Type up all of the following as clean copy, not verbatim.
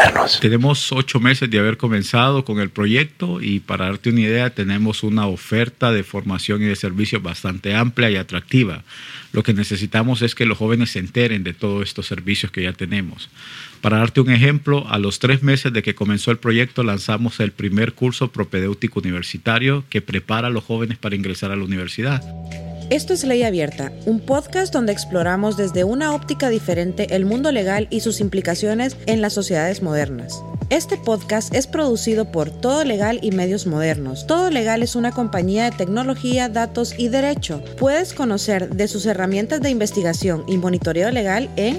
modernos. Tenemos 8 meses de haber comenzado con el proyecto y para darte una idea tenemos una oferta de formación y de servicios bastante amplia y atractiva. Lo que necesitamos es que los jóvenes se enteren de todos estos servicios que ya tenemos. Para darte un ejemplo, a los 3 meses de que comenzó el proyecto lanzamos el primer curso propedéutico universitario que prepara a los jóvenes para ingresar a la universidad. Esto es Ley Abierta, un podcast donde exploramos desde una óptica diferente el mundo legal y sus implicaciones en las sociedades modernas. Este podcast es producido por Todo Legal y Medios Modernos. Todo Legal es una compañía de tecnología, datos y derecho. Puedes conocer de sus herramientas de investigación y monitoreo legal en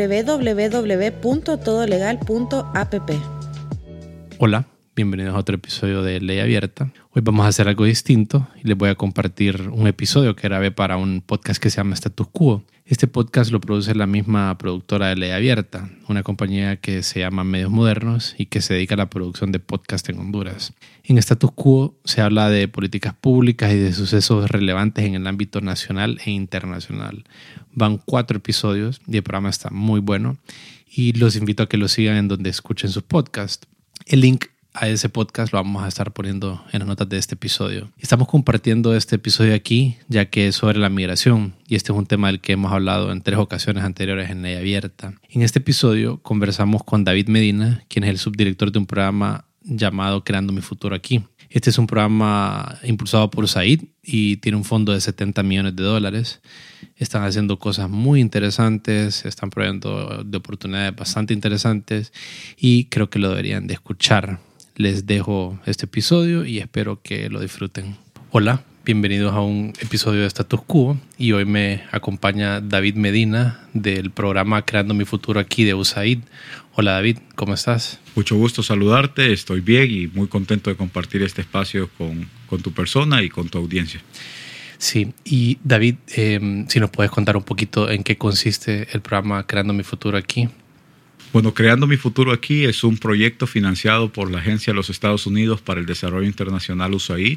www.todolegal.app. Hola, bienvenidos a otro episodio de Ley Abierta. Hoy vamos a hacer algo distinto y les voy a compartir un episodio que grabé para un podcast que se llama Status Quo. Este podcast lo produce la misma productora de Ley Abierta, una compañía que se llama Medios Modernos y que se dedica a la producción de podcast en Honduras. En Status Quo se habla de políticas públicas y de sucesos relevantes en el ámbito nacional e internacional. Van 4 episodios y el programa está muy bueno y los invito a que lo sigan en donde escuchen sus podcasts. El link a ese podcast lo vamos a estar poniendo en las notas de este episodio. Estamos compartiendo este episodio aquí ya que es sobre la migración y este es un tema del que hemos hablado en 3 ocasiones anteriores en Ley Abierta. En este episodio conversamos con David Medina, quien es el subdirector de un programa llamado Creando Mi Futuro Aquí. Este es un programa impulsado por USAID y tiene un fondo de $70 millones. Están haciendo cosas muy interesantes, están proveyendo de oportunidades bastante interesantes y creo que lo deberían de escuchar. Les dejo este episodio y espero que lo disfruten. Hola, bienvenidos a un episodio de Status Quo y hoy me acompaña David Medina del programa Creando Mi Futuro Aquí de USAID. Hola David, ¿cómo estás? Mucho gusto saludarte, estoy bien y muy contento de compartir este espacio con tu persona y con tu audiencia. Sí, y David, si nos puedes contar un poquito en qué consiste el programa Creando Mi Futuro Aquí. Bueno, Creando Mi Futuro Aquí es un proyecto financiado por la Agencia de los Estados Unidos para el Desarrollo Internacional USAID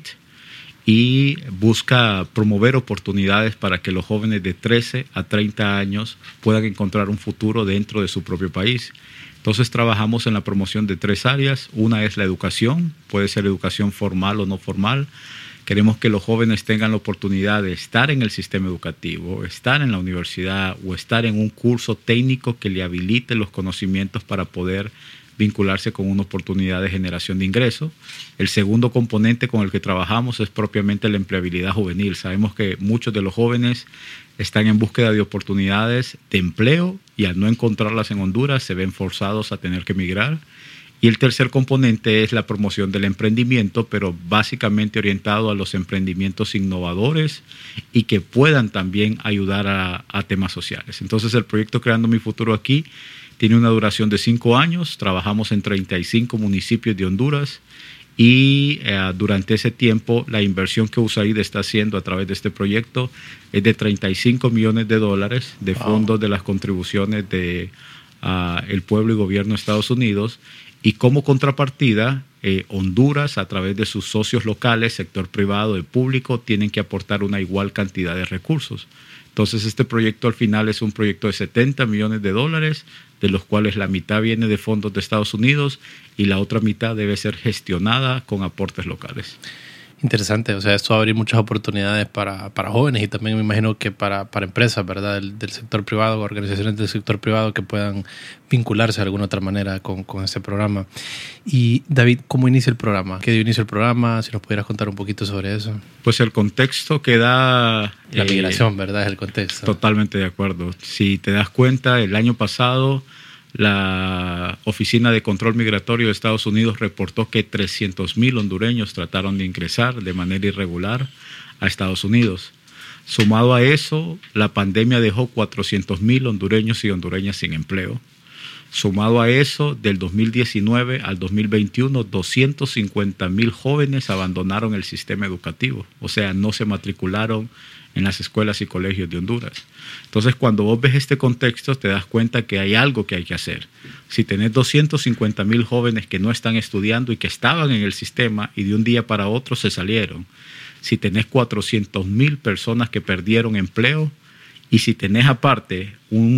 y busca promover oportunidades para que los jóvenes de 13 a 30 años puedan encontrar un futuro dentro de su propio país. Entonces trabajamos en la promoción de 3 áreas. Una es la educación, puede ser educación formal o no formal. Queremos que los jóvenes tengan la oportunidad de estar en el sistema educativo, estar en la universidad o estar en un curso técnico que le habilite los conocimientos para poder vincularse con una oportunidad de generación de ingresos. El segundo componente con el que trabajamos es propiamente la empleabilidad juvenil. Sabemos que muchos de los jóvenes están en búsqueda de oportunidades de empleo y al no encontrarlas en Honduras se ven forzados a tener que emigrar. Y el tercer componente es la promoción del emprendimiento, pero básicamente orientado a los emprendimientos innovadores y que puedan también ayudar a temas sociales. Entonces el proyecto Creando Mi Futuro Aquí tiene una duración de 5 años, trabajamos en 35 municipios de Honduras y durante ese tiempo la inversión que USAID está haciendo a través de este proyecto es de $35 millones de fondos de las contribuciones de el pueblo y gobierno de Estados Unidos. Y como contrapartida, Honduras, a través de sus socios locales, sector privado y público, tienen que aportar una igual cantidad de recursos. Entonces, este proyecto al final es un proyecto de $70 millones, de los cuales la mitad viene de fondos de Estados Unidos y la otra mitad debe ser gestionada con aportes locales. Interesante, o sea, esto va a abrir muchas oportunidades para jóvenes y también me imagino que para empresas, ¿verdad? Del sector privado, organizaciones del sector privado que puedan vincularse de alguna otra manera con este programa. Y David, ¿cómo inicia el programa? ¿Qué dio inicio el programa? Si nos pudieras contar un poquito sobre eso. Pues el contexto que da... La migración, ¿verdad? Es el contexto. Totalmente de acuerdo. Si te das cuenta, el año pasado la Oficina de Control Migratorio de Estados Unidos reportó que 300,000 hondureños trataron de ingresar de manera irregular a Estados Unidos. Sumado a eso, la pandemia dejó 400,000 hondureños y hondureñas sin empleo. Sumado a eso, del 2019 al 2021, 250,000 jóvenes abandonaron el sistema educativo, o sea, no se matricularon en las escuelas y colegios de Honduras. Entonces, cuando vos ves este contexto, te das cuenta que hay algo que hay que hacer. Si tenés 250,000 jóvenes que no están estudiando y que estaban en el sistema y de un día para otro se salieron, si tenés 400,000 personas que perdieron empleo Y si tenés aparte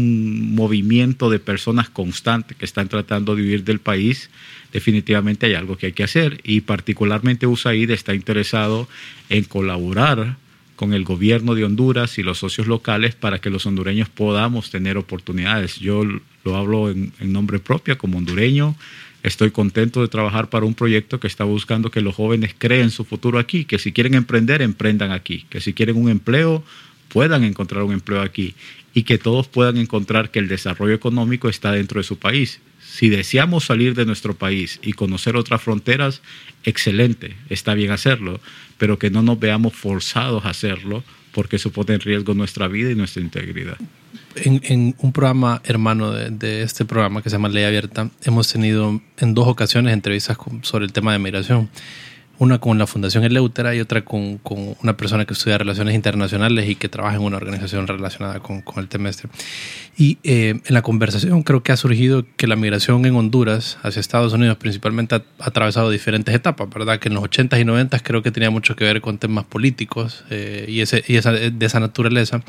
un movimiento de personas constante que están tratando de huir del país, definitivamente hay algo que hay que hacer. Y particularmente USAID está interesado en colaborar con el gobierno de Honduras y los socios locales para que los hondureños podamos tener oportunidades. Yo lo hablo en nombre propio como hondureño. Estoy contento de trabajar para un proyecto que está buscando que los jóvenes creen su futuro aquí, que si quieren emprender, emprendan aquí, que si quieren un empleo, puedan encontrar un empleo aquí y que todos puedan encontrar que el desarrollo económico está dentro de su país. Si deseamos salir de nuestro país y conocer otras fronteras, excelente, está bien hacerlo, pero que no nos veamos forzados a hacerlo porque eso pone en riesgo nuestra vida y nuestra integridad. En un programa hermano de este programa que se llama Ley Abierta, hemos tenido en 2 ocasiones entrevistas sobre el tema de migración. Una con la Fundación Eleutera y otra con una persona que estudia Relaciones Internacionales y que trabaja en una organización relacionada con el tema este. Y en la conversación creo que ha surgido que la migración en Honduras hacia Estados Unidos principalmente ha atravesado diferentes etapas, ¿verdad? Que en los 80s y 90s creo que tenía mucho que ver con temas políticos de esa naturaleza.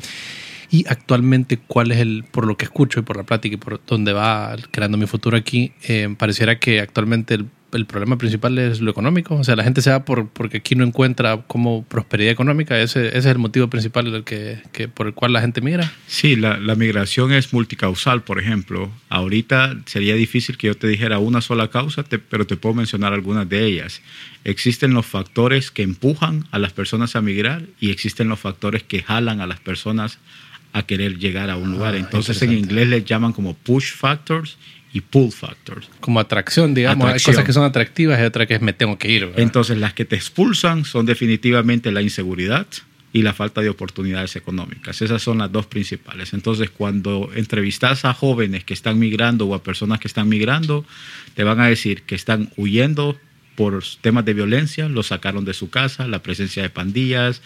Y actualmente, ¿cuál es por lo que escucho y por la plática y por donde va creando mi futuro aquí? Pareciera que actualmente el problema principal es lo económico. O sea, la gente se va porque aquí no encuentra como prosperidad económica. Ese es el motivo principal por el cual la gente migra. Sí, la migración es multicausal, por ejemplo. Ahorita sería difícil que yo te dijera una sola causa, pero te puedo mencionar algunas de ellas. Existen los factores que empujan a las personas a migrar y existen los factores que jalan a las personas a querer llegar a un lugar. Entonces en inglés les llaman como push factors y pull factors. Como atracción, digamos. Atracción. Hay cosas que son atractivas y otras que es me tengo que ir, ¿verdad? Entonces las que te expulsan son definitivamente la inseguridad y la falta de oportunidades económicas. Esas son las 2 principales. Entonces cuando entrevistas a jóvenes que están migrando o a personas que están migrando, te van a decir que están huyendo por temas de violencia, los sacaron de su casa, la presencia de pandillas,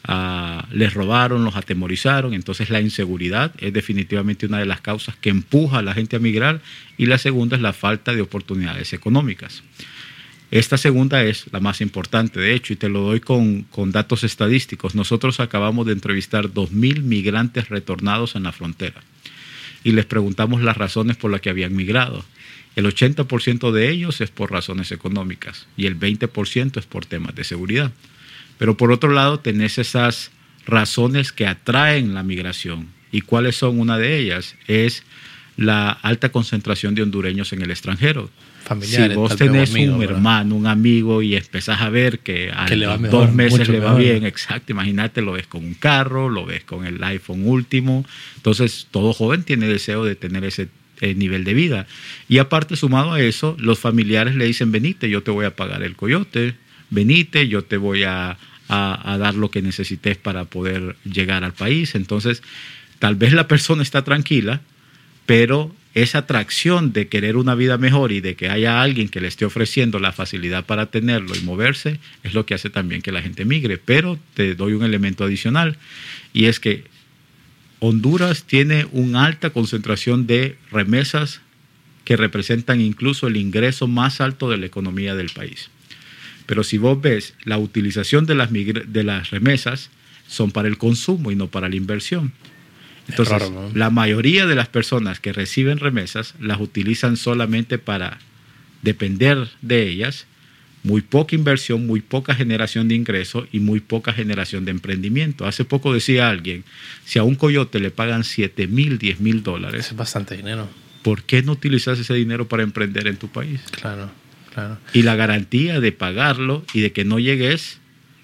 les robaron, los atemorizaron. Entonces la inseguridad es definitivamente una de las causas que empuja a la gente a migrar y la segunda es la falta de oportunidades económicas. Esta segunda es la más importante, de hecho, y te lo doy con datos estadísticos. Nosotros acabamos de entrevistar 2,000 migrantes retornados en la frontera y les preguntamos las razones por las que habían migrado. El 80% de ellos es por razones económicas y el 20% es por temas de seguridad. Pero por otro lado tenés esas razones que atraen la migración. ¿Y cuáles son? Una de ellas es la alta concentración de hondureños en el extranjero. Familiares, si vos tenés un hermano, un amigo y empezás a ver que a los 2 meses le va bien, exacto, imagínate, lo ves con un carro, lo ves con el iPhone último. Entonces todo joven tiene deseo de tener ese nivel de vida. Y aparte, sumado a eso, los familiares le dicen, venite, yo te voy a pagar el coyote, venite, yo te voy a dar lo que necesites para poder llegar al país. Entonces, tal vez la persona está tranquila, pero esa atracción de querer una vida mejor y de que haya alguien que le esté ofreciendo la facilidad para tenerlo y moverse, es lo que hace también que la gente migre. Pero te doy un elemento adicional, y es que Honduras tiene una alta concentración de remesas que representan incluso el ingreso más alto de la economía del país. Pero si vos ves, la utilización de las remesas son para el consumo y no para la inversión. Entonces, raro, ¿no? La mayoría de las personas que reciben remesas las utilizan solamente para depender de ellas. Muy poca inversión, muy poca generación de ingresos y muy poca generación de emprendimiento. Hace poco decía alguien, si a un coyote le pagan $7,000, $10,000... Es bastante dinero. ¿Por qué no utilizas ese dinero para emprender en tu país? Claro, claro. Y la garantía de pagarlo y de que no llegues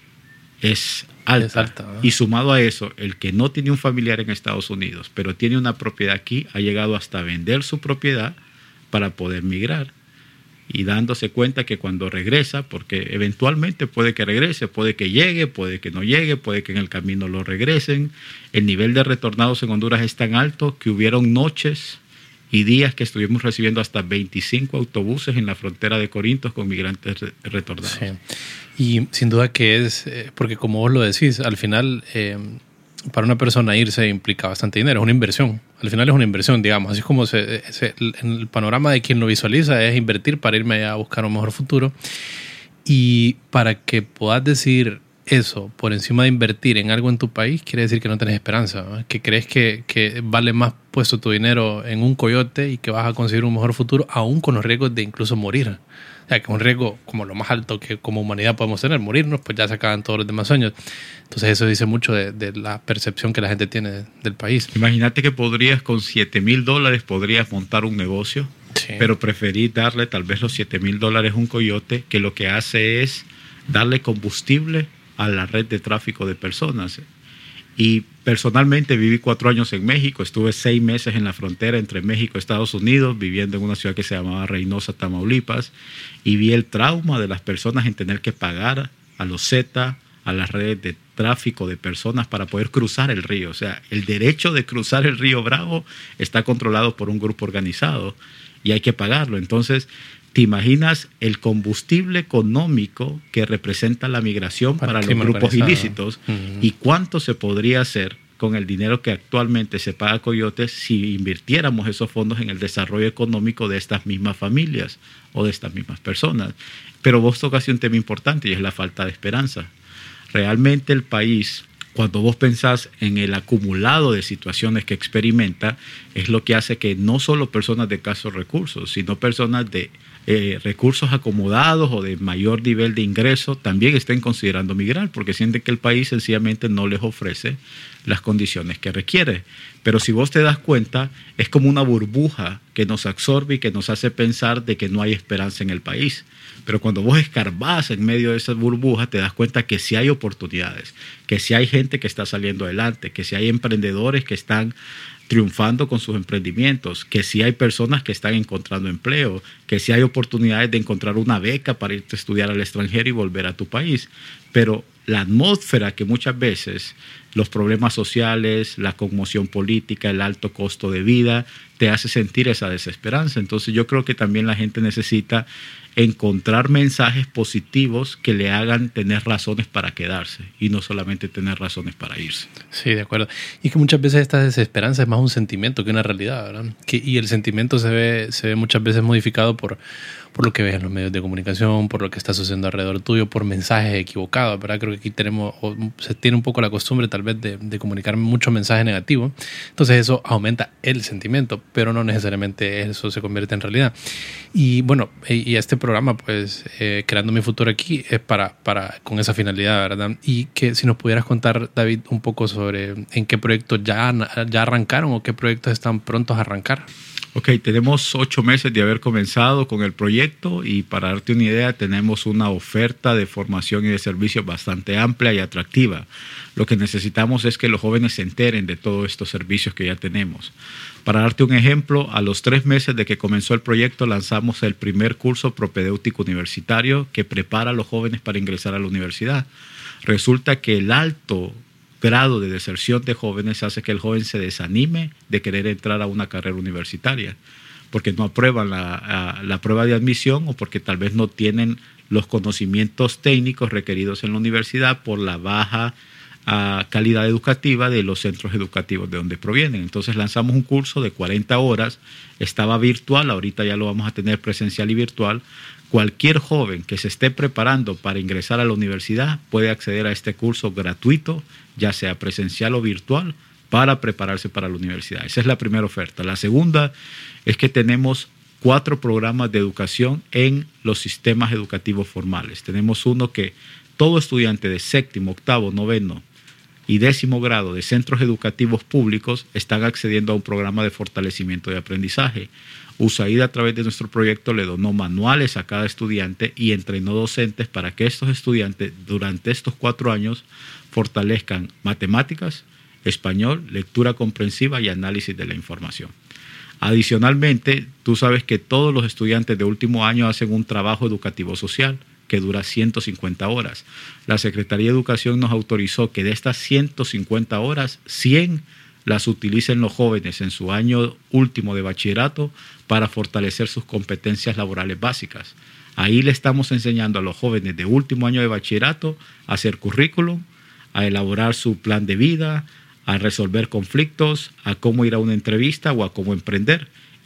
es alta. Es alta, ¿no? Y sumado a eso, el que no tiene un familiar en Estados Unidos, pero tiene una propiedad aquí, ha llegado hasta vender su propiedad para poder migrar. Y dándose cuenta que cuando regresa, porque eventualmente puede que regrese, puede que llegue, puede que no llegue, puede que en el camino lo regresen. El nivel de retornados en Honduras es tan alto que hubieron noches y días que estuvimos recibiendo hasta 25 autobuses en la frontera de Corintos con migrantes retornados. Sí. Y sin duda que es, porque como vos lo decís, al final para una persona irse implica bastante dinero, es una inversión. Al final es una inversión, digamos. Así como en el panorama de quien lo visualiza es invertir para irme a buscar un mejor futuro. Y para que puedas decir, eso por encima de invertir en algo en tu país, quiere decir que no tenés esperanza, ¿no? Que crees que vale más puesto tu dinero en un coyote y que vas a conseguir un mejor futuro, aún con los riesgos de incluso morir. O sea, que un riesgo como lo más alto que como humanidad podemos tener, morirnos, pues ya se acaban todos los demás sueños. Entonces eso dice mucho de la percepción que la gente tiene del país. Imagínate que podrías con $7,000 podrías montar un negocio, sí, pero preferís darle tal vez los $7,000 a un coyote que lo que hace es darle combustible a la red de tráfico de personas. Y personalmente viví 4 años en México, estuve 6 meses en la frontera entre México y Estados Unidos, viviendo en una ciudad que se llamaba Reynosa, Tamaulipas, y vi el trauma de las personas en tener que pagar a los Zetas, a las redes de tráfico de personas para poder cruzar el río. O sea, el derecho de cruzar el río Bravo está controlado por un grupo organizado y hay que pagarlo. Entonces, ¿te imaginas el combustible económico que representa la migración para los grupos ilícitos? ¿Y cuánto se podría hacer con el dinero que actualmente se paga a coyotes si invirtiéramos esos fondos en el desarrollo económico de estas mismas familias o de estas mismas personas? Pero vos tocaste un tema importante y es la falta de esperanza. Realmente el país, cuando vos pensás en el acumulado de situaciones que experimenta, es lo que hace que no solo personas de escasos recursos, sino personas de recursos acomodados o de mayor nivel de ingreso también estén considerando migrar, porque sienten que el país sencillamente no les ofrece las condiciones que requiere. Pero si vos te das cuenta, es como una burbuja que nos absorbe y que nos hace pensar de que no hay esperanza en el país. Pero cuando vos escarbás en medio de esa burbuja, te das cuenta que sí hay oportunidades, que sí hay gente que está saliendo adelante, que sí hay emprendedores que están triunfando con sus emprendimientos, que sí hay personas que están encontrando empleo, que sí hay oportunidades de encontrar una beca para irte a estudiar al extranjero y volver a tu país. Pero la atmósfera que muchas veces los problemas sociales, la conmoción política, el alto costo de vida, te hace sentir esa desesperanza. Entonces yo creo que también la gente necesita encontrar mensajes positivos que le hagan tener razones para quedarse y no solamente tener razones para irse. Sí, de acuerdo. Y que muchas veces esta desesperanza es más un sentimiento que una realidad, ¿verdad? Y el sentimiento se ve muchas veces modificado por lo que ves en los medios de comunicación, por lo que está sucediendo alrededor tuyo, por mensajes equivocados, ¿verdad? Creo que aquí se tiene un poco la costumbre tal vez de comunicar mucho mensaje negativo. Entonces eso aumenta el sentimiento, pero no necesariamente eso se convierte en realidad. Y bueno, y este programa, pues, Creando mi Futuro aquí, es para con esa finalidad, ¿verdad? Y que si nos pudieras contar, David, un poco sobre en qué proyectos ya arrancaron o qué proyectos están prontos a arrancar. Ok, tenemos 8 meses de haber comenzado con el proyecto y para darte una idea tenemos una oferta de formación y de servicios bastante amplia y atractiva. Lo que necesitamos es que los jóvenes se enteren de todos estos servicios que ya tenemos. Para darte un ejemplo, a los 3 meses de que comenzó el proyecto lanzamos el primer curso propedéutico universitario que prepara a los jóvenes para ingresar a la universidad. Resulta que el alto grado de deserción de jóvenes hace que el joven se desanime de querer entrar a una carrera universitaria porque no aprueban la prueba de admisión o porque tal vez no tienen los conocimientos técnicos requeridos en la universidad por la baja calidad educativa de los centros educativos de donde provienen. Entonces lanzamos un curso de 40 horas, estaba virtual, ahorita ya lo vamos a tener presencial y virtual. Cualquier joven que se esté preparando para ingresar a la universidad puede acceder a este curso gratuito, ya sea presencial o virtual, para prepararse para la universidad. Esa es la primera oferta. La segunda es que tenemos 4 programas de educación en los sistemas educativos formales. Tenemos uno que todo estudiante de 7º, 8º, 9º y 10º grado de centros educativos públicos están accediendo a un programa de fortalecimiento de aprendizaje. USAID a través de nuestro proyecto le donó manuales a cada estudiante y entrenó docentes para que estos estudiantes durante estos 4 años fortalezcan matemáticas, español, lectura comprensiva y análisis de la información. Adicionalmente, tú sabes que todos los estudiantes de último año hacen un trabajo educativo social que dura 150 horas. La Secretaría de Educación nos autorizó que de estas 150 horas, 100 las utilicen los jóvenes en su año último de bachillerato para fortalecer sus competencias laborales básicas. Ahí le estamos enseñando a los jóvenes de último año de bachillerato a hacer currículum, a elaborar su plan de vida, a resolver conflictos, a cómo ir a una entrevista o a cómo emprender.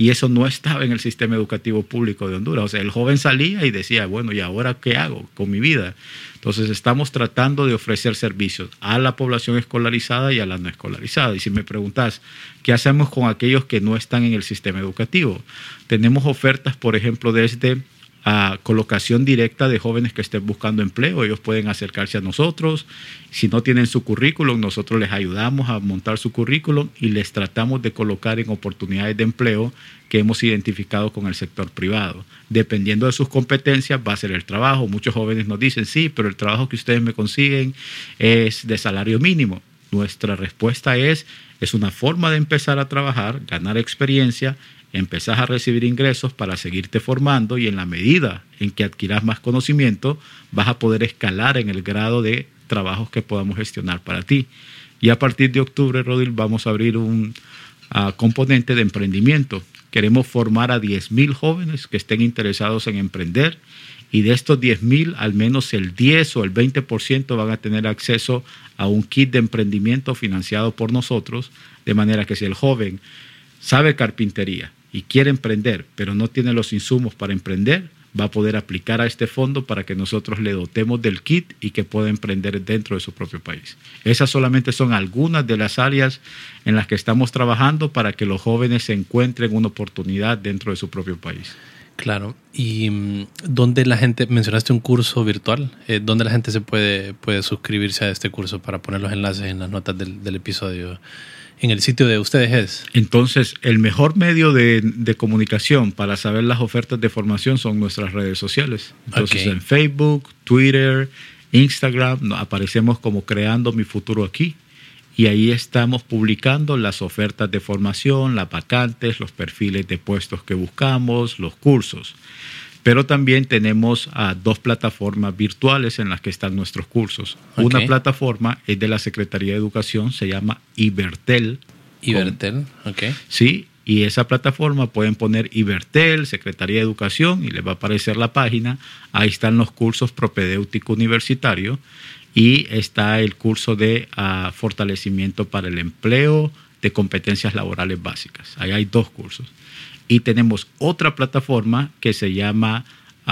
Y eso no estaba en el sistema educativo público de Honduras. O sea, el joven salía y decía, bueno, ¿y ahora qué hago con mi vida? Entonces, estamos tratando de ofrecer servicios a la población escolarizada y a la no escolarizada. Y si me preguntas, ¿qué hacemos con aquellos que no están en el sistema educativo? Tenemos ofertas, por ejemplo, desde colocación directa de jóvenes que estén buscando empleo. Ellos pueden acercarse a nosotros. Si no tienen su currículum, nosotros les ayudamos a montar su currículum y les tratamos de colocar en oportunidades de empleo que hemos identificado con el sector privado. Dependiendo de sus competencias va a ser el trabajo. Muchos jóvenes nos dicen, sí, pero el trabajo que ustedes me consiguen es de salario mínimo. Nuestra respuesta es una forma de empezar a trabajar, ganar experiencia, empezás a recibir ingresos para seguirte formando, y en la medida en que adquieras más conocimiento vas a poder escalar en el grado de trabajos que podamos gestionar para ti. Y a partir de octubre, Rodil, vamos a abrir un componente de emprendimiento. Queremos formar a 10,000 jóvenes que estén interesados en emprender, y de estos 10,000, al menos el 10 o el 20% van a tener acceso a un kit de emprendimiento financiado por nosotros, de manera que si el joven sabe carpintería y quiere emprender, pero no tiene los insumos para emprender, va a poder aplicar a este fondo para que nosotros le dotemos del kit y que pueda emprender dentro de su propio país. Esas solamente son algunas de las áreas en las que estamos trabajando para que los jóvenes se encuentren una oportunidad dentro de su propio país. Claro. ¿Y dónde la gente, mencionaste un curso virtual, dónde la gente se puede suscribirse a este curso para poner los enlaces en las notas del episodio? ¿En el sitio de ustedes es? Entonces, el mejor medio de comunicación para saber las ofertas de formación son nuestras redes sociales. Entonces, en Facebook, Twitter, Instagram, aparecemos como Creando Mi Futuro Aquí. Y ahí estamos publicando las ofertas de formación, las vacantes, los perfiles de puestos que buscamos, los cursos. Pero también tenemos 2 plataformas virtuales en las que están nuestros cursos. Una plataforma es de la Secretaría de Educación, se llama Ibertel. Ibertel, ok. Sí, y esa plataforma pueden poner Ibertel, Secretaría de Educación, y les va a aparecer la página. Ahí están los cursos propedéutico universitario y está el curso de fortalecimiento para el empleo de competencias laborales básicas. Ahí hay 2 cursos. Y tenemos otra plataforma que se llama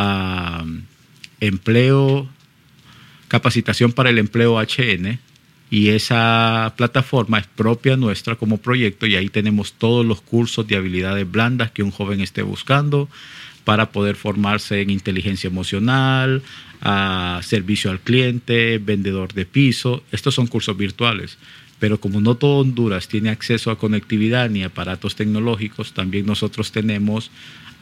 Capacitación para el Empleo HN, y esa plataforma es propia nuestra como proyecto, y ahí tenemos todos los cursos de habilidades blandas que un joven esté buscando para poder formarse en inteligencia emocional, servicio al cliente, vendedor de piso. Estos son cursos virtuales. Pero como no todo Honduras tiene acceso a conectividad ni aparatos tecnológicos, también nosotros tenemos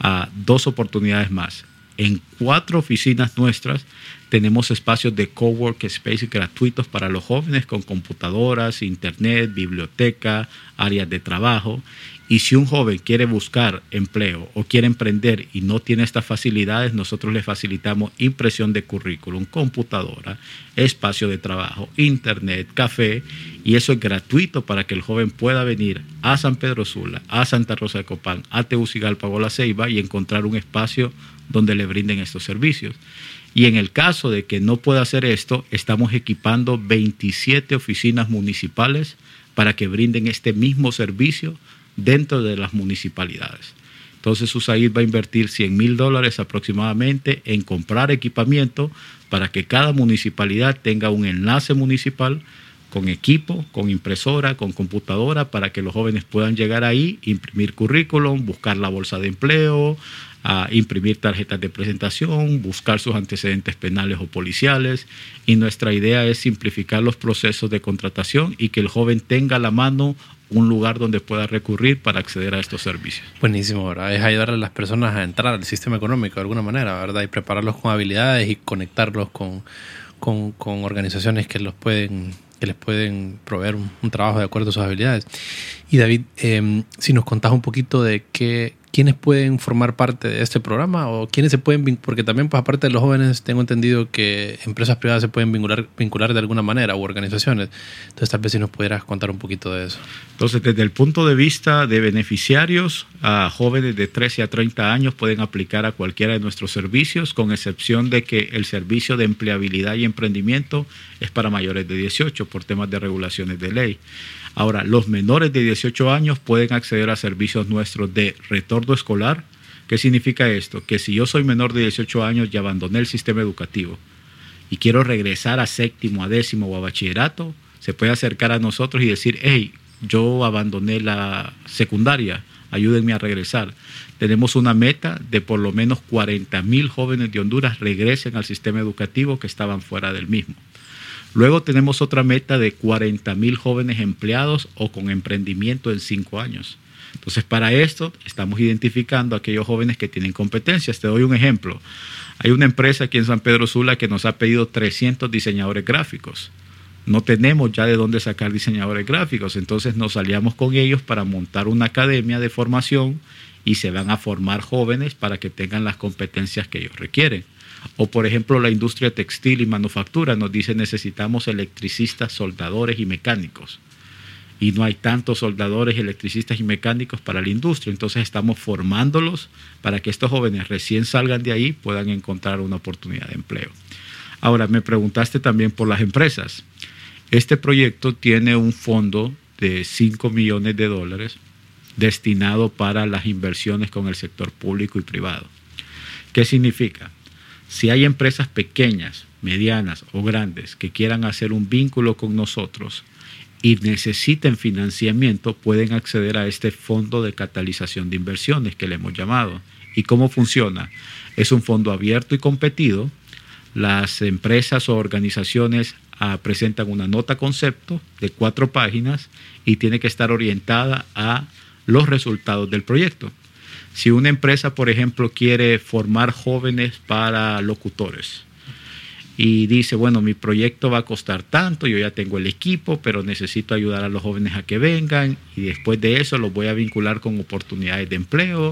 2 oportunidades más. En 4 oficinas nuestras tenemos espacios de cowork space gratuitos para los jóvenes con computadoras, internet, biblioteca, áreas de trabajo. Y si un joven quiere buscar empleo o quiere emprender y no tiene estas facilidades, nosotros le facilitamos impresión de currículum, computadora, espacio de trabajo, internet, café, y eso es gratuito para que el joven pueda venir a San Pedro Sula, a Santa Rosa de Copán, a Tegucigalpa o La Ceiba y encontrar un espacio donde le brinden estos servicios. Y en el caso de que no pueda hacer esto, estamos equipando 27 oficinas municipales para que brinden este mismo servicio dentro de las municipalidades. Entonces USAID va a invertir $100,000 aproximadamente en comprar equipamiento para que cada municipalidad tenga un enlace municipal con equipo, con impresora, con computadora, para que los jóvenes puedan llegar ahí, imprimir currículum, buscar la bolsa de empleo, imprimir tarjetas de presentación, buscar sus antecedentes penales o policiales. Y nuestra idea es simplificar los procesos de contratación y que el joven tenga a la mano un lugar donde pueda recurrir para acceder a estos servicios. Buenísimo, ¿verdad? Es ayudar a las personas a entrar al sistema económico de alguna manera, ¿verdad? Y prepararlos con habilidades y conectarlos con organizaciones que les pueden proveer un trabajo de acuerdo a sus habilidades. Y David, si nos contás un poquito de quiénes pueden formar parte de este programa o quiénes se pueden, porque también pues aparte de los jóvenes tengo entendido que empresas privadas se pueden vincular de alguna manera u organizaciones. Entonces tal vez si nos pudieras contar un poquito de eso. Entonces desde el punto de vista de beneficiarios, jóvenes de 13 a 30 años pueden aplicar a cualquiera de nuestros servicios, con excepción de que el servicio de empleabilidad y emprendimiento es para mayores de 18 por temas de regulaciones de ley. Ahora, los menores de 18 años pueden acceder a servicios nuestros de retorno escolar. ¿Qué significa esto? Que si yo soy menor de 18 años y abandoné el sistema educativo y quiero regresar a séptimo, a décimo o a bachillerato, se puede acercar a nosotros y decir, hey, yo abandoné la secundaria, ayúdenme a regresar. Tenemos una meta de por lo menos 40,000 jóvenes de Honduras regresen al sistema educativo que estaban fuera del mismo. Luego tenemos otra meta de 40,000 jóvenes empleados o con emprendimiento en 5 años. Entonces, para esto estamos identificando a aquellos jóvenes que tienen competencias. Te doy un ejemplo. Hay una empresa aquí en San Pedro Sula que nos ha pedido 300 diseñadores gráficos. No tenemos ya de dónde sacar diseñadores gráficos, entonces nos aliamos con ellos para montar una academia de formación y se van a formar jóvenes para que tengan las competencias que ellos requieren. O por ejemplo, la industria textil y manufactura nos dice necesitamos electricistas, soldadores y mecánicos. Y no hay tantos soldadores, electricistas y mecánicos para la industria, entonces estamos formándolos para que estos jóvenes recién salgan de ahí puedan encontrar una oportunidad de empleo. Ahora, me preguntaste también por las empresas. Este proyecto tiene un fondo de $5 millones destinado para las inversiones con el sector público y privado. ¿Qué significa? Si hay empresas pequeñas, medianas o grandes que quieran hacer un vínculo con nosotros y necesiten financiamiento, pueden acceder a este fondo de catalización de inversiones que le hemos llamado. ¿Y cómo funciona? Es un fondo abierto y competido. Las empresas o organizaciones presentan una nota concepto de 4 páginas y tiene que estar orientada a los resultados del proyecto. Si una empresa, por ejemplo, quiere formar jóvenes para locutores y dice, bueno, mi proyecto va a costar tanto, yo ya tengo el equipo, pero necesito ayudar a los jóvenes a que vengan y después de eso los voy a vincular con oportunidades de empleo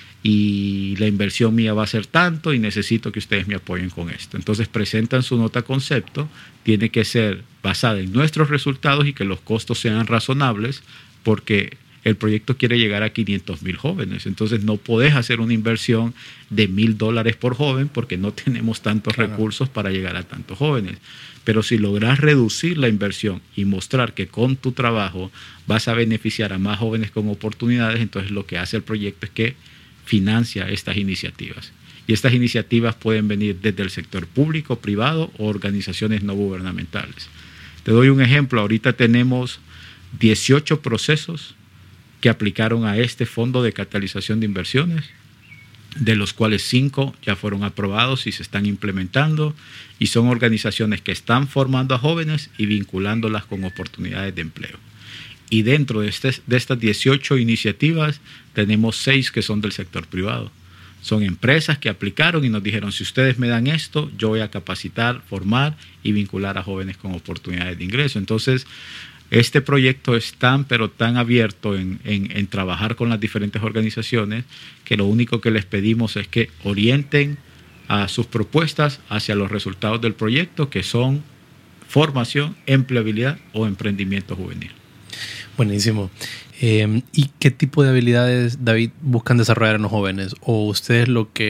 y la inversión mía va a ser tanto y necesito que ustedes me apoyen con esto. Entonces presentan su nota concepto, tiene que ser basada en nuestros resultados y que los costos sean razonables porque el proyecto quiere llegar a 500,000 jóvenes. Entonces no podés hacer una inversión de $1,000 por joven porque no tenemos tantos recursos para llegar a tantos jóvenes. Pero si logras reducir la inversión y mostrar que con tu trabajo vas a beneficiar a más jóvenes con oportunidades, entonces lo que hace el proyecto es que financia estas iniciativas. Y estas iniciativas pueden venir desde el sector público, privado o organizaciones no gubernamentales. Te doy un ejemplo. Ahorita tenemos 18 procesos que aplicaron a este fondo de catalización de inversiones, de los cuales 5 ya fueron aprobados y se están implementando, y son organizaciones que están formando a jóvenes y vinculándolas con oportunidades de empleo. Y dentro de estas 18 iniciativas tenemos 6 que son del sector privado. Son empresas que aplicaron y nos dijeron, si ustedes me dan esto, yo voy a capacitar, formar y vincular a jóvenes con oportunidades de ingreso. Entonces, este proyecto es tan, pero tan abierto en trabajar con las diferentes organizaciones que lo único que les pedimos es que orienten a sus propuestas hacia los resultados del proyecto, que son formación, empleabilidad o emprendimiento juvenil. Buenísimo. ¿Y qué tipo de habilidades, David, buscan desarrollar en los jóvenes? ¿O ustedes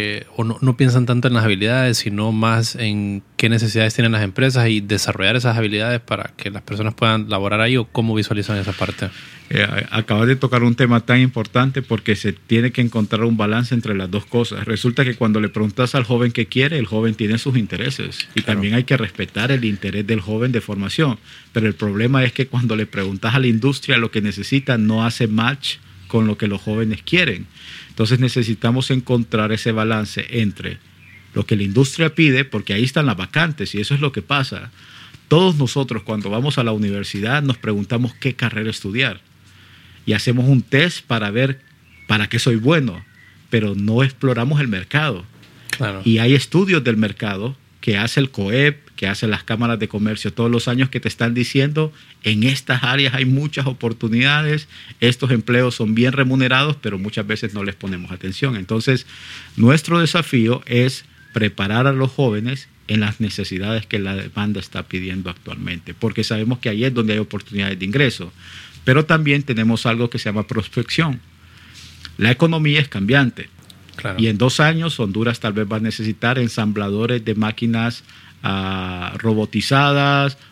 no piensan tanto en las habilidades, sino más en qué necesidades tienen las empresas y desarrollar esas habilidades para que las personas puedan laborar ahí? ¿O cómo visualizan esa parte? Acabas de tocar un tema tan importante porque se tiene que encontrar un balance entre las dos cosas. Resulta que cuando le preguntas al joven qué quiere, el joven tiene sus intereses y también hay que respetar el interés del joven de formación. Pero el problema es que cuando le preguntas a la industria lo que necesita, no hace match con lo que los jóvenes quieren. Entonces necesitamos encontrar ese balance entre lo que la industria pide, porque ahí están las vacantes y eso es lo que pasa. Todos nosotros cuando vamos a la universidad nos preguntamos qué carrera estudiar y hacemos un test para ver para qué soy bueno, pero no exploramos el mercado. Claro. Y hay estudios del mercado que hace el COEP, que hacen las cámaras de comercio todos los años, que te están diciendo en estas áreas hay muchas oportunidades, estos empleos son bien remunerados, pero muchas veces no les ponemos atención. Entonces, nuestro desafío es preparar a los jóvenes en las necesidades que la demanda está pidiendo actualmente, porque sabemos que ahí es donde hay oportunidades de ingreso. Pero también tenemos algo que se llama prospección. La economía es cambiante. Claro. Y en 2 años Honduras tal vez va a necesitar ensambladores de máquinas robotizadas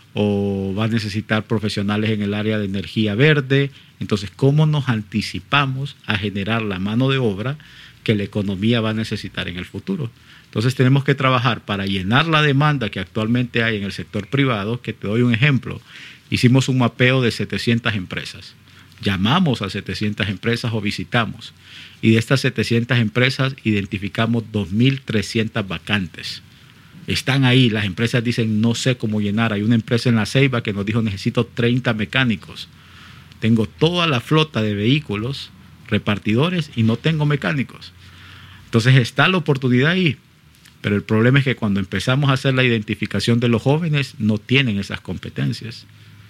o va a necesitar profesionales en el área de energía verde. Entonces, ¿cómo nos anticipamos a generar la mano de obra que la economía va a necesitar en el futuro? Entonces, tenemos que trabajar para llenar la demanda que actualmente hay en el sector privado, que te doy un ejemplo. Hicimos un mapeo de 700 empresas. Llamamos a 700 empresas o visitamos. Y de estas 700 empresas identificamos 2.300 vacantes. Están ahí, las empresas dicen no sé cómo llenar. Hay una empresa en La Ceiba que nos dijo necesito 30 mecánicos. Tengo toda la flota de vehículos, repartidores y no tengo mecánicos. Entonces está la oportunidad ahí. Pero el problema es que cuando empezamos a hacer la identificación de los jóvenes no tienen esas competencias.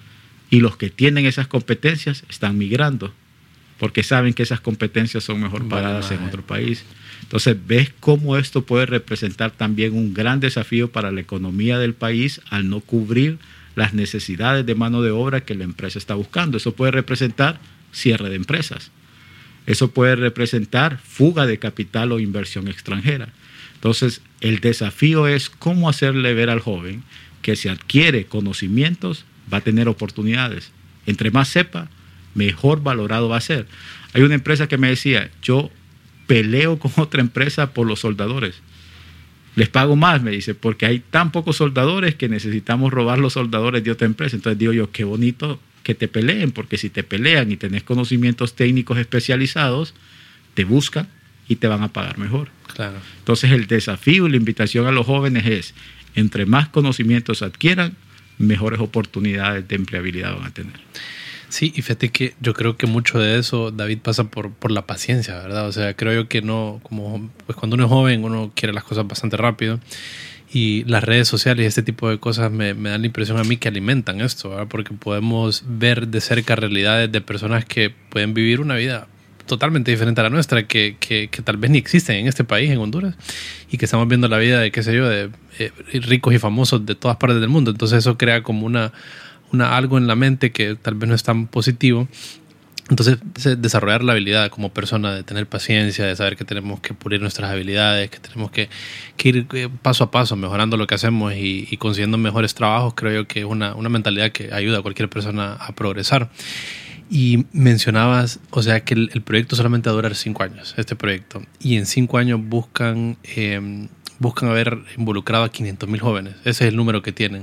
Y los que tienen esas competencias están migrando porque saben que esas competencias son mejor pagadas en otro país. Entonces, ¿ves cómo esto puede representar también un gran desafío para la economía del país al no cubrir las necesidades de mano de obra que la empresa está buscando? Eso puede representar cierre de empresas. Eso puede representar fuga de capital o inversión extranjera. Entonces, el desafío es cómo hacerle ver al joven que si adquiere conocimientos, va a tener oportunidades. Entre más sepa, mejor valorado va a ser. Hay una empresa que me decía, yo peleo con otra empresa por los soldadores. Les pago más, me dice, porque hay tan pocos soldadores que necesitamos robar los soldadores de otra empresa. Entonces digo yo, qué bonito que te peleen, porque si te pelean y tenés conocimientos técnicos especializados, te buscan y te van a pagar mejor. Claro. Entonces el desafío y la invitación a los jóvenes es, entre más conocimientos adquieran, mejores oportunidades de empleabilidad van a tener. Sí, y fíjate que yo creo que mucho de eso, David, pasa por la paciencia, ¿verdad? O sea, creo yo que no, como pues cuando uno es joven, uno quiere las cosas bastante rápido. Y las redes sociales y este tipo de cosas me dan la impresión a mí que alimentan esto, ¿verdad? Porque podemos ver de cerca realidades de personas que pueden vivir una vida totalmente diferente a la nuestra, que tal vez ni existen en este país, en Honduras, y que estamos viendo la vida de, qué sé yo, de ricos y famosos de todas partes del mundo. Entonces eso crea como algo en la mente que tal vez no es tan positivo. Entonces desarrollar la habilidad como persona de tener paciencia, de saber que tenemos que pulir nuestras habilidades, que tenemos que ir paso a paso mejorando lo que hacemos y consiguiendo mejores trabajos, creo yo que es una mentalidad que ayuda a cualquier persona a progresar. Y mencionabas, o sea, que el proyecto solamente va a durar 5 años, este proyecto, y en 5 años buscan haber involucrado a 500,000 jóvenes. Ese es el número que tienen.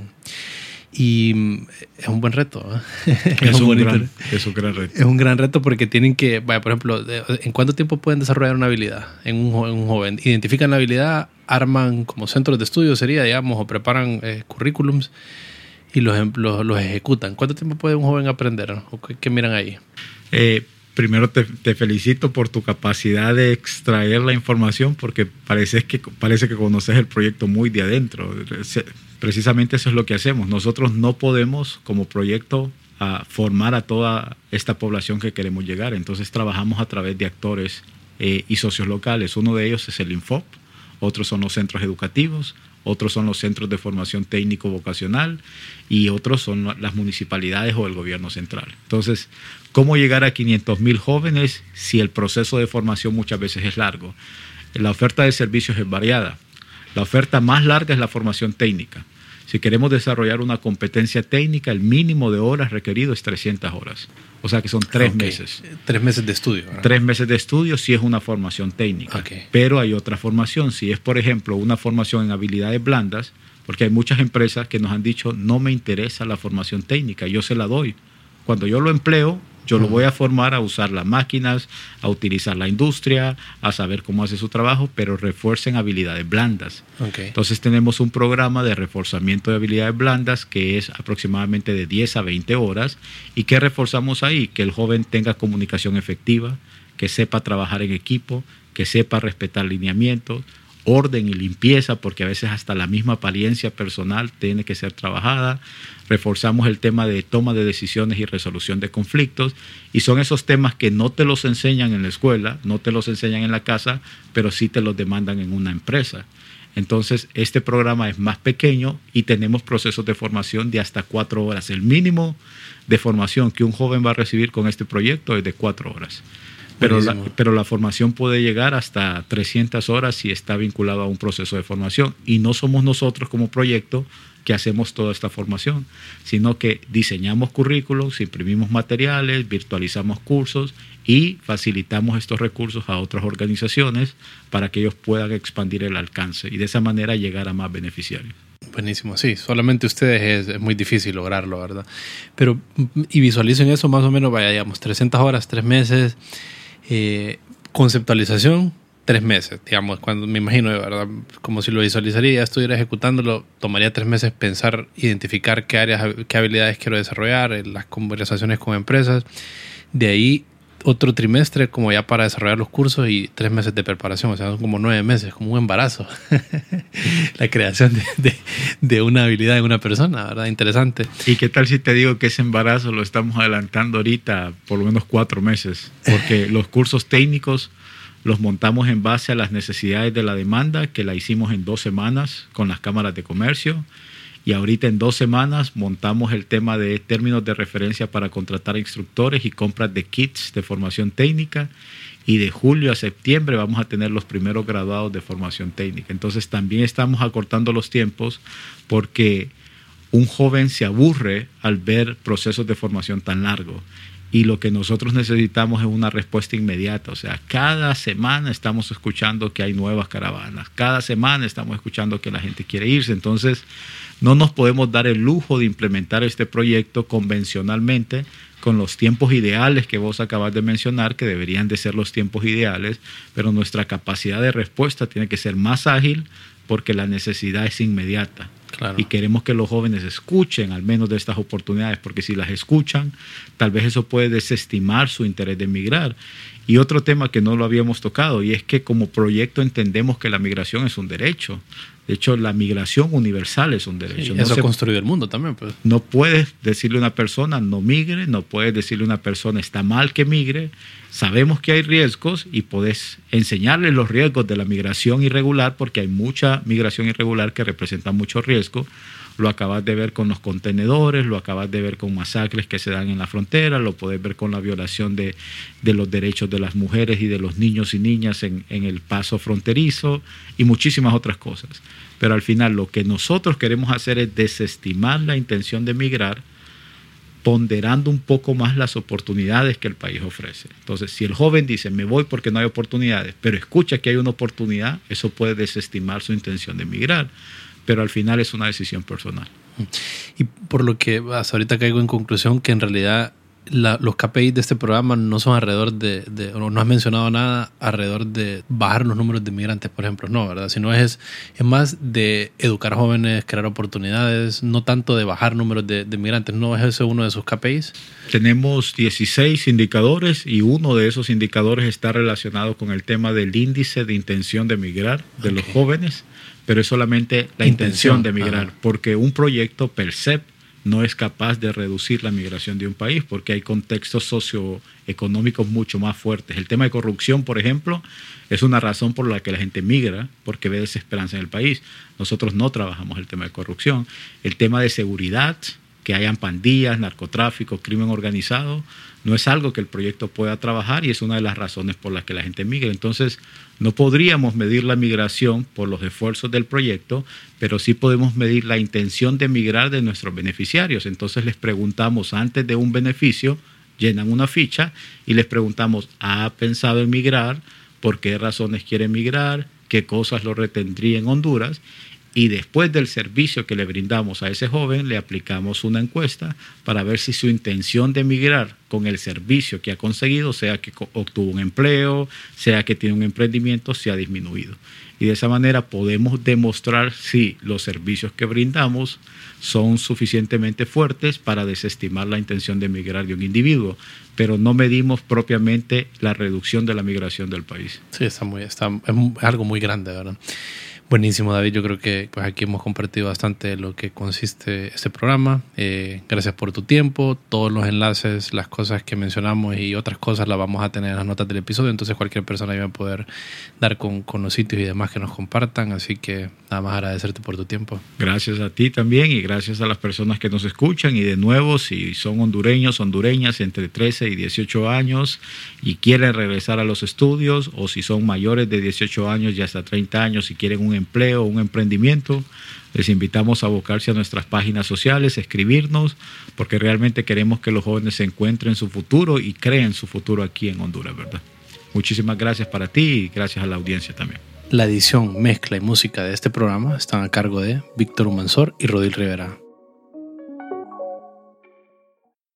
Y es un buen reto, ¿eh? Es un gran reto. Es un gran reto porque tienen que, vaya, por ejemplo, ¿en cuánto tiempo pueden desarrollar una habilidad en un joven? Identifican la habilidad, arman como centros de estudio, sería, digamos, o preparan currículums y los ejecutan. ¿Cuánto tiempo puede un joven aprender? ¿O qué miran ahí? Primero te felicito por tu capacidad de extraer la información, porque parece que conoces el proyecto muy de adentro. Precisamente eso es lo que hacemos. Nosotros no podemos, como proyecto, formar a toda esta población que queremos llegar. Entonces trabajamos a través de actores y socios locales. Uno de ellos es el Infop, otros son los centros educativos, otros son los centros de formación técnico vocacional y otros son las municipalidades o el gobierno central. Entonces, ¿cómo llegar a 500,000 jóvenes si el proceso de formación muchas veces es largo? La oferta de servicios es variada. La oferta más larga es la formación técnica. Si queremos desarrollar una competencia técnica, el mínimo de horas requerido es 300 horas. O sea que son 3 meses. 3 meses de estudio, ¿verdad? 3 meses de estudio si es una formación técnica. Pero hay otra formación. Si es, por ejemplo, una formación en habilidades blandas, porque hay muchas empresas que nos han dicho, no me interesa la formación técnica, yo se la doy. Cuando yo lo empleo, yo lo voy a formar a usar las máquinas, a utilizar la industria, a saber cómo hace su trabajo, pero refuercen habilidades blandas. Entonces tenemos un programa de reforzamiento de habilidades blandas que es aproximadamente de 10 a 20 horas. ¿Y qué reforzamos ahí? Que el joven tenga comunicación efectiva, que sepa trabajar en equipo, que sepa respetar lineamientos, orden y limpieza, porque a veces hasta la misma apariencia personal tiene que ser trabajada. Reforzamos el tema de toma de decisiones y resolución de conflictos, y son esos temas que no te los enseñan en la escuela, no te los enseñan en la casa, pero sí te los demandan en una empresa. Entonces, este programa es más pequeño y tenemos procesos de formación de hasta 4 horas. El mínimo de formación que un joven va a recibir con este proyecto es de 4 horas. Pero la formación puede llegar hasta 300 horas si está vinculado a un proceso de formación. Y no somos nosotros como proyecto que hacemos toda esta formación, sino que diseñamos currículos, imprimimos materiales, virtualizamos cursos y facilitamos estos recursos a otras organizaciones para que ellos puedan expandir el alcance y de esa manera llegar a más beneficiarios. Buenísimo, sí, solamente ustedes es muy difícil lograrlo, ¿verdad? Pero, y visualicen eso más o menos, vaya, digamos, 300 horas, 3 meses, conceptualización, 3 meses, digamos, cuando me imagino, ¿verdad? Como si lo visualizaría y ya estuviera ejecutándolo, tomaría 3 meses pensar, identificar qué áreas, qué habilidades quiero desarrollar, las conversaciones con empresas, de ahí otro trimestre como ya para desarrollar los cursos y 3 meses de preparación, o sea, son como 9 meses, como un embarazo. La creación de una habilidad en una persona, ¿verdad? Interesante. ¿Y qué tal si te digo que ese embarazo lo estamos adelantando ahorita por lo menos 4 meses? Porque los cursos técnicos los montamos en base a las necesidades de la demanda, que la hicimos en 2 semanas con las cámaras de comercio. Y ahorita en 2 semanas montamos el tema de términos de referencia para contratar instructores y compras de kits de formación técnica. Y de julio a septiembre vamos a tener los primeros graduados de formación técnica. Entonces también estamos acortando los tiempos porque un joven se aburre al ver procesos de formación tan largos. Y lo que nosotros necesitamos es una respuesta inmediata. O sea, cada semana estamos escuchando que hay nuevas caravanas. Cada semana estamos escuchando que la gente quiere irse. Entonces, no nos podemos dar el lujo de implementar este proyecto convencionalmente con los tiempos ideales que vos acabas de mencionar, que deberían de ser los tiempos ideales, pero nuestra capacidad de respuesta tiene que ser más ágil porque la necesidad es inmediata. Claro. Y queremos que los jóvenes escuchen al menos de estas oportunidades, porque si las escuchan, tal vez eso puede desestimar su interés de emigrar. Y otro tema que no lo habíamos tocado, y es que como proyecto entendemos que la migración es un derecho. De hecho, la migración universal es un derecho. Sí, eso ha construido el mundo también. Pues. No puedes decirle a una persona no migre, no puedes decirle a una persona está mal que migre. Sabemos que hay riesgos y podés enseñarles los riesgos de la migración irregular, porque hay mucha migración irregular que representa mucho riesgo. Lo acabas de ver con los contenedores, lo acabas de ver con masacres que se dan en la frontera, lo podés ver con la violación de los derechos de las mujeres y de los niños y niñas en el paso fronterizo y muchísimas otras cosas. Pero al final lo que nosotros queremos hacer es desestimar la intención de migrar, ponderando un poco más las oportunidades que el país ofrece. Entonces, si el joven dice, me voy porque no hay oportunidades, pero escucha que hay una oportunidad, eso puede desestimar su intención de migrar. Pero al final es una decisión personal. Y por lo que hasta ahorita caigo en conclusión que en realidad los KPIs de este programa no son alrededor o no has mencionado nada alrededor de bajar los números de migrantes, por ejemplo, no, ¿verdad? Sino es más de educar jóvenes, crear oportunidades, no tanto de bajar números de migrantes. ¿No es ese uno de sus KPIs? Tenemos 16 indicadores y uno de esos indicadores está relacionado con el tema del índice de intención de migrar de los jóvenes, pero es solamente la intención de migrar, porque un proyecto per se no es capaz de reducir la migración de un país porque hay contextos socioeconómicos mucho más fuertes. El tema de corrupción, por ejemplo, es una razón por la que la gente migra porque ve desesperanza en el país. Nosotros no trabajamos el tema de corrupción. El tema de seguridad, que hayan pandillas, narcotráfico, crimen organizado, no es algo que el proyecto pueda trabajar y es una de las razones por las que la gente migra. Entonces, no podríamos medir la migración por los esfuerzos del proyecto, pero sí podemos medir la intención de migrar de nuestros beneficiarios. Entonces, les preguntamos antes de un beneficio, llenan una ficha y les preguntamos, ¿ha pensado en migrar? ¿Por qué razones quiere migrar? ¿Qué cosas lo retendría en Honduras? Y después del servicio que le brindamos a ese joven, le aplicamos una encuesta para ver si su intención de emigrar con el servicio que ha conseguido, sea que obtuvo un empleo, sea que tiene un emprendimiento, se ha disminuido. Y de esa manera podemos demostrar si los servicios que brindamos son suficientemente fuertes para desestimar la intención de emigrar de un individuo, pero no medimos propiamente la reducción de la migración del país. Sí, es algo muy grande, ¿verdad? Buenísimo, David. Yo creo que pues aquí hemos compartido bastante de lo que consiste este programa. Gracias por tu tiempo. Todos los enlaces, las cosas que mencionamos y otras cosas las vamos a tener en las notas del episodio. Entonces cualquier persona va a poder dar con los sitios y demás que nos compartan. Así que nada más agradecerte por tu tiempo. Gracias a ti también y gracias a las personas que nos escuchan. Y de nuevo, si son hondureños, hondureñas entre 13 y 18 años y quieren regresar a los estudios, o si son mayores de 18 años y hasta 30 años y quieren un empleo, un emprendimiento, les invitamos a abocarse a nuestras páginas sociales, escribirnos, porque realmente queremos que los jóvenes se encuentren su futuro y creen su futuro aquí en Honduras, ¿verdad? Muchísimas gracias para ti y gracias a la audiencia también. La edición, mezcla y música de este programa están a cargo de Víctor Humansor y Rodil Rivera.